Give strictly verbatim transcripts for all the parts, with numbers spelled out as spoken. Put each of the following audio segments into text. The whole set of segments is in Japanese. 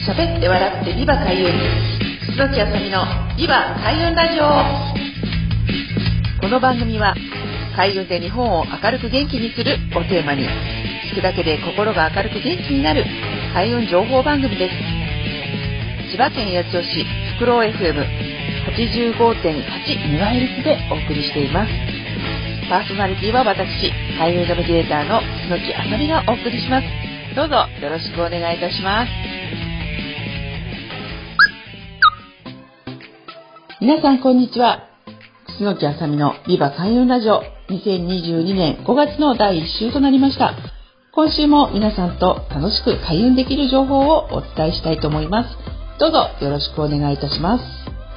喋って笑ってビバ開運、楠木あさみのビバ開運ラジオ。この番組は開運で日本を明るく元気にするをテーマに、聞くだけで心が明るく元気になる開運情報番組です。千葉県八千代市フクロウ エフエムはちじゅうごてんはち メガヘルツでお送りしています。パーソナリティは私、開運ナビゲーターの楠木あさみがお送りします。どうぞよろしくお願いいたします。皆さんこんにちは。楠木あさみのビバ開運ラジオにせんにじゅうにねんごがつのだいいっ週となりました。今週も皆さんと楽しく開運できる情報をお伝えしたいと思います。どうぞよろしくお願いいたします。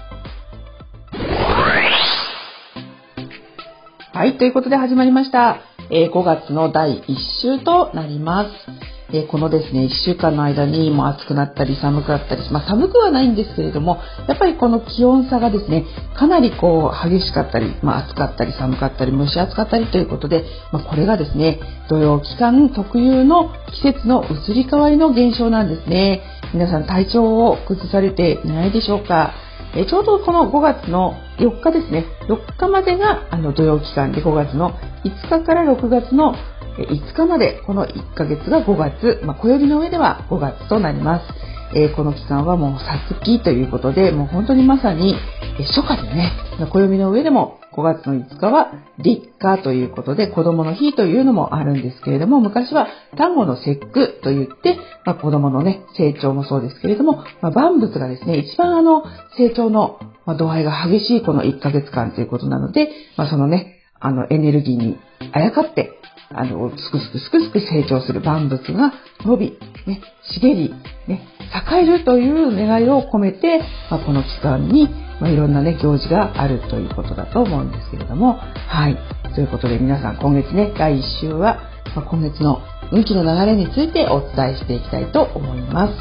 はい、ということで始まりました。えー、ごがつのだいいっ週となります。えー、このですね、いっしゅうかんの間にもう暑くなったり寒くなったり、まあ寒くはないんですけれども、やっぱりこの気温差がですね、かなりこう激しかったり、まあ暑かったり寒かったり蒸し暑かったりということで、まあこれがですね、土曜期間特有の季節の移り変わりの現象なんですね。皆さん体調を崩されていないでしょうか。えー、ちょうどこのごがつのよっかですね、よっかまでがあの土曜期間で、ごがつのいつかからろくがつのいつかまで、このいっかげつがごがつ、まあ、暦の上ではごがつとなります。えー、この期間はもうさつきということで、もう本当にまさに初夏でね、暦の上でもごがつのいつかは立夏ということで、子供の日というのもあるんですけれども、昔は端午の節句といって、まあ、子供のね、成長もそうですけれども、まあ、万物がですね、一番あの成長の度合いが激しいこのいっかげつかんということなので、まあ、そのね、あのエネルギーにあやかって、あの、すくすくすくすく成長する万物が伸び、ね、茂り、ね、栄えるという願いを込めて、まあ、この期間に、まあ、いろんなね、行事があるということだと思うんですけれども、はい。ということで皆さん今月ね、だいいっ週は、まあ、今月の運気の流れについてお伝えしていきたいと思います。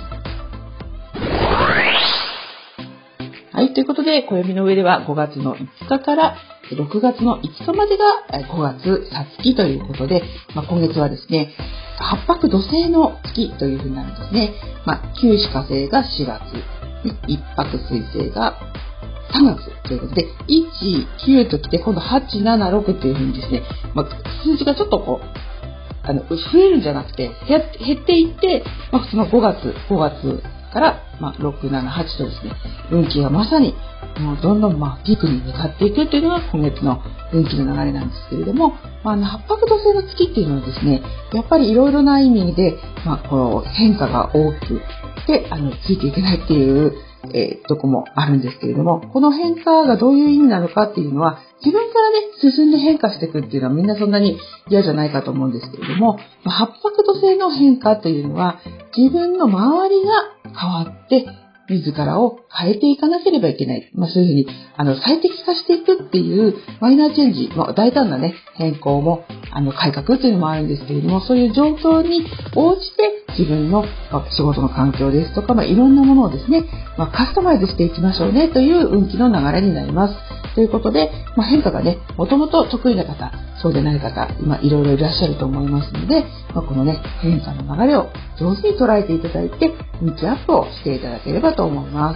はい。ということで、暦の上ではごがつのいつかからろくがつのいつかまでがごがつさつきということで、まあ、今月はですね、八白土星の月という風になるんですね。まあ、九死火星がしがつ、一白水星がさんがつということで、いち、きゅうときて、今度はち、なな、ろくという風にですね、まあ、数字がちょっとこう、あの、増えるんじゃなくて、減っていって、まあ、そのごがつ、ごがつから、まあ、ろく、なな、はちとですね、運気がまさに、もうどんどんまあピークに向かっていくというのが今月の運気の流れなんですけれども、まあ、八白土星の月っていうのはですね、やっぱりいろいろな意味で、まあ、こう変化が大きくて、あの、ついていけないっていう、えー、とこもあるんですけれども、この変化がどういう意味なのかっていうのは、自分からね、進んで変化していくっていうのはみんなそんなに嫌じゃないかと思うんですけれども、八白土星の変化というのは、自分の周りが変わって、自らを変えていかなければいけない。まあ、そういうふうに、あの、最適化していくっていうマイナーチェンジ、まあ、大胆なね、変更も、あの、改革っていうのもあるんですけれども、そういう状況に応じて自分の、まあ、仕事の環境ですとか、まあ、いろんなものをですね、まあ、カスタマイズしていきましょうねという運気の流れになります。ということで、まあ、変化がね、もともと得意な方、そうでない方、今いろいろいらっしゃると思いますので、まあ、このね、変化の流れを上手に捉えていただいて、運気アップをしていただければと思います。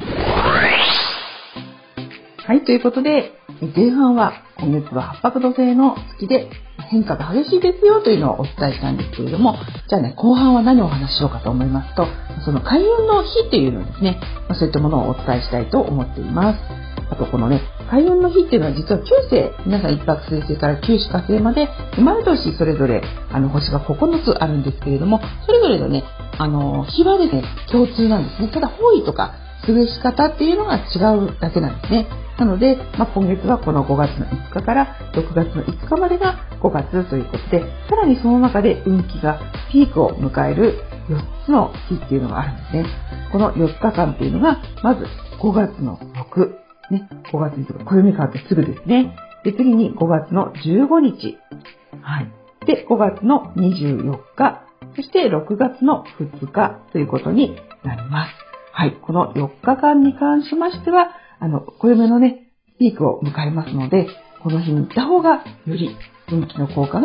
はい、ということで、前半は今月は八白土星の月で変化が激しいですよというのをお伝えしたんですけれども、じゃあね、後半は何をお話ししようかと思いますと、その開運の日っていうのをですね、そういったものをお伝えしたいと思っています。あとこのね、開運の日っていうのは実はきゅう星、皆さん一白水星から九死火星まで生まれ年それぞれあの星がここのつあるんですけれども、それぞれのね、あの日はですね、共通なんですね。ただ方位とか過ごし方っていうのが違うだけなんですね。なので、まあ、今月はこのごがつのいつかからろくがつのいつかまでがごがつということで、さらにその中で運気がピークを迎えるよっつの日っていうのがあるんですね。このよっかかんっていうのが、まずごがつのろく、ね、ごがつに暦変わってすぐですね。で、次にごがつのじゅうごにち、はい。で、ごがつのにじゅうよっか、そしてろくがつのふつかということになります。はい。このよっかかんに関しましては、あの、暦のね、ピークを迎えますので、この日に行った方がより運気の効果が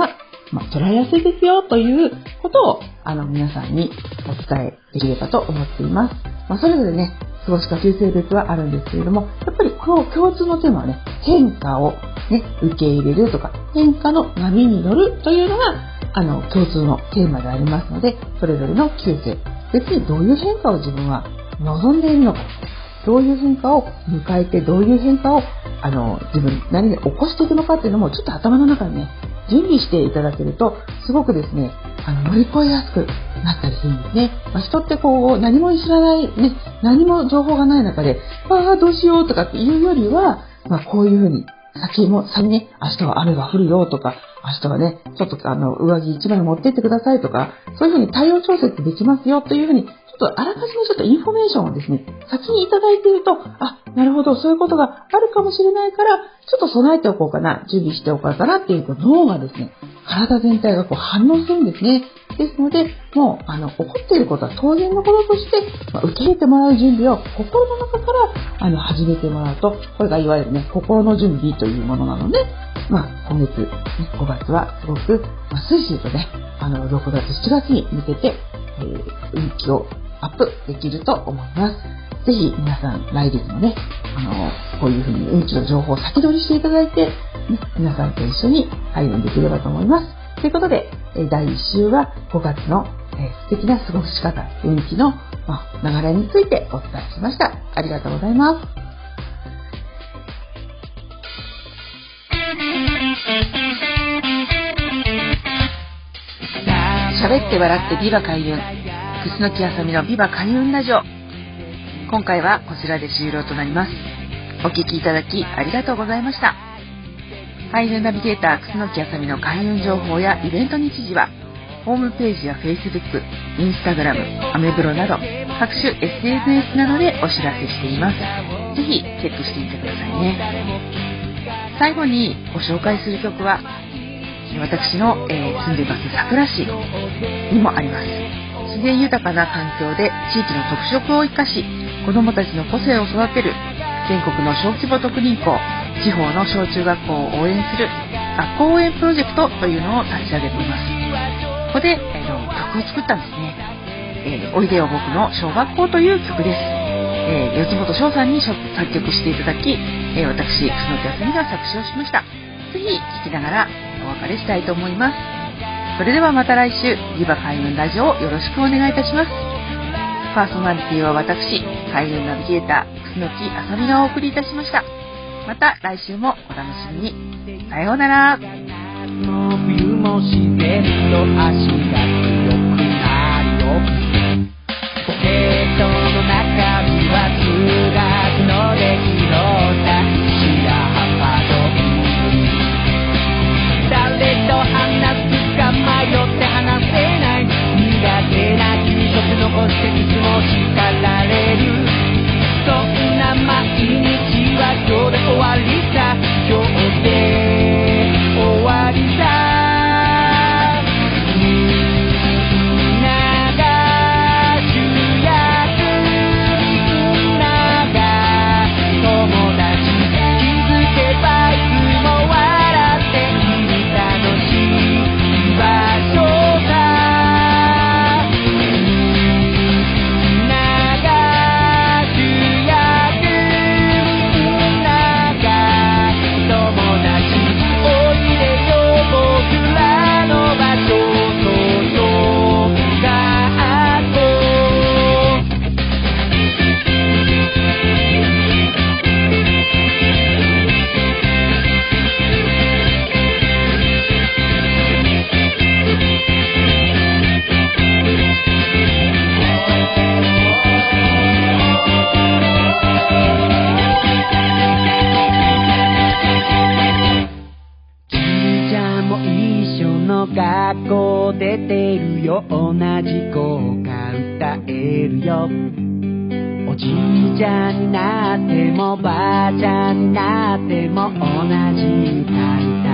まあ、トライアスですよということを、あの、皆さんにお伝えできればと思っています。まあ、それぞれね、過ごし方という性別はあるんですけれども、やっぱりこの共通のテーマはね、変化をね、受け入れるとか、変化の波に乗るというのが、あの、共通のテーマでありますので、それぞれのきゅう世、別にどういう変化を自分は望んでいるのか、どういう変化を迎えて、どういう変化を、あの、自分何で起こしていくのかっていうのも、ちょっと頭の中にね、準備していただけると、すごくですね、あの、乗り越えやすくなったりするんですね。まあ、人ってこう、何も知らない、ね、何も情報がない中で、ああ、どうしようとかっていうよりは、まあ、こういうふうに、先も、先ね、明日は雨が降るよとか、明日はね、ちょっとあの、上着一枚持ってってくださいとか、そういうふうに対応調節できますよというふうに、ちょっとあらかじめちょっとインフォメーションをですね、先にいただいていると、あ、なるほど、そういうことがあるかもしれないから、ちょっと備えておこうかな、準備しておこうかなっていうと、脳がですね、体全体がこう反応するんですね。ですので、もう、あの、起こっていることは当然のこととして、まあ、受け入れてもらう準備を心の中から、あの、始めてもらうと、これがいわゆるね、心の準備というものなので、まあ、今月、ね、ごがつはすごく、まあ、スイスイとね、あの、ろくがつ、しちがつに向けて、えー、運気をアップできると思います。ぜひ皆さん来月もね、あの、こういうふうに運気の情報を先取りしていただいて、ね、皆さんと一緒に開運できればと思います。ということで、だいいっ週はごがつの素敵な過ごし方、運気の流れについてお伝えしました。ありがとうございます。喋って笑ってビバ開運、楠木あさみのビバ開運ラジオ。今回はこちらで終了となります。お聞きいただきありがとうございました。開運ナビゲーター楠木あさみの開運情報やイベント日時はホームページや Facebook、Instagram、アメブロなど各種 エスエヌエス などでお知らせしています。ぜひチェックしてみてくださいね。最後にご紹介する曲は私の、えー、住んでいます佐倉市にもあります。自然豊かな環境で地域の特色を生かし子どもたちの個性を育てる全国の小規模特任校、地方の小中学校を応援する学校応援プロジェクトというのを立ち上げています。ここで、えー、曲を作ったんですね。えー、おいでよ僕の小学校という曲です。えー、四本翔さんに作曲していただき、えー、私楠木あさみが作詞をしました。ぜひ聴きながらお別れしたいと思います。それではまた来週、ビバ開運ラジオをよろしくお願いいたします。パーソナリティは私、開運ナビゲーター楠木あさみがお送りいたしました。また来週もお楽しみに。さようなら。冬も自然と足が強くなるよ。ポケットの中身は数学ので拾った石や葉っぱと誰と話すか迷って話せない苦手な給食残していつも叱られる。そんな毎日は今日で終わりさ。今日で終わりさ。学校出てるよ同じ校歌歌えるよ。おじいちゃんになってもばあちゃんになっても同じ歌歌